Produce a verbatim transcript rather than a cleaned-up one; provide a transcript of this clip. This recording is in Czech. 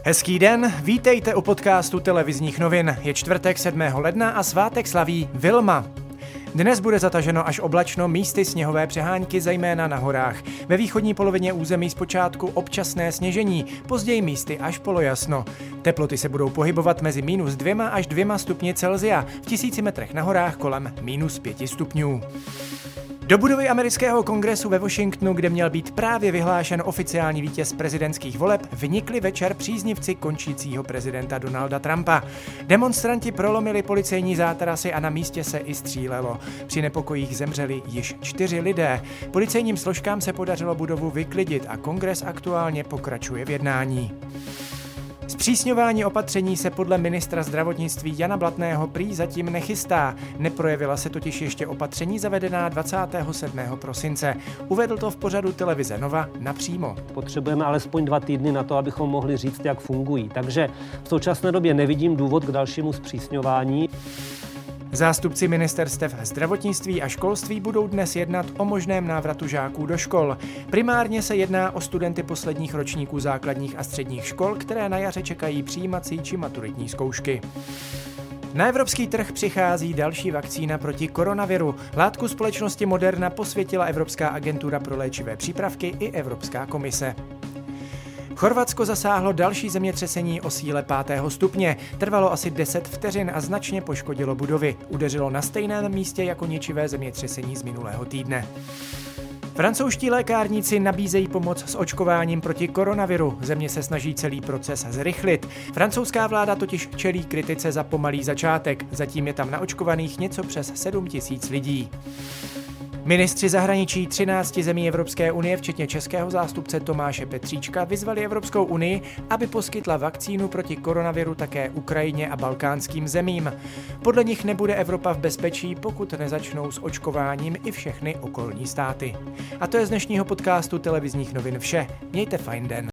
Hezký den, vítejte u podcastu televizních novin. Je čtvrtek sedmého ledna a svátek slaví Vilma. Dnes bude zataženo až oblačno, místy sněhové přehánky, zejména na horách. Ve východní polovině území zpočátku občasné sněžení, později místy až polojasno. Teploty se budou pohybovat mezi minus dvěma až dvěma stupni Celsia, v tisíci metrech na horách kolem minus pěti stupňů. Do budovy amerického kongresu ve Washingtonu, kde měl být právě vyhlášen oficiální vítěz prezidentských voleb, vnikli večer příznivci končícího prezidenta Donalda Trumpa. Demonstranti prolomili policejní zátarasy a na místě se i střílelo. Při nepokojích zemřeli již čtyři lidé. Policejním složkám se podařilo budovu vyklidit a kongres aktuálně pokračuje v jednání. Zpřísňování opatření se podle ministra zdravotnictví Jana Blatného prý zatím nechystá. Neprojevila se totiž ještě opatření zavedená dvacátého sedmého prosince. Uvedl to v pořadu televize Nova napřímo. Potřebujeme alespoň dva týdny na to, abychom mohli říct, jak fungují. Takže v současné době nevidím důvod k dalšímu zpřísňování. Zástupci ministerstev zdravotnictví a školství budou dnes jednat o možném návratu žáků do škol. Primárně se jedná o studenty posledních ročníků základních a středních škol, které na jaře čekají přijímací či maturitní zkoušky. Na evropský trh přichází další vakcína proti koronaviru. Látku společnosti Moderna posvětila Evropská agentura pro léčivé přípravky i Evropská komise. Chorvatsko zasáhlo další zemětřesení o síle pátého stupně. Trvalo asi deset vteřin a značně poškodilo budovy. Udeřilo na stejném místě jako ničivé zemětřesení z minulého týdne. Francouzští lékárníci nabízejí pomoc s očkováním proti koronaviru. Země se snaží celý proces zrychlit. Francouzská vláda totiž čelí kritice za pomalý začátek. Zatím je tam naočkovaných něco přes sedm tisíc lidí. Ministři zahraničí třinácti zemí Evropské unie, včetně českého zástupce Tomáše Petříčka, vyzvali Evropskou unii, aby poskytla vakcínu proti koronaviru také Ukrajině a balkánským zemím. Podle nich nebude Evropa v bezpečí, pokud nezačnou s očkováním i všechny okolní státy. A to je z dnešního podcastu televizních novin vše. Mějte fajn den.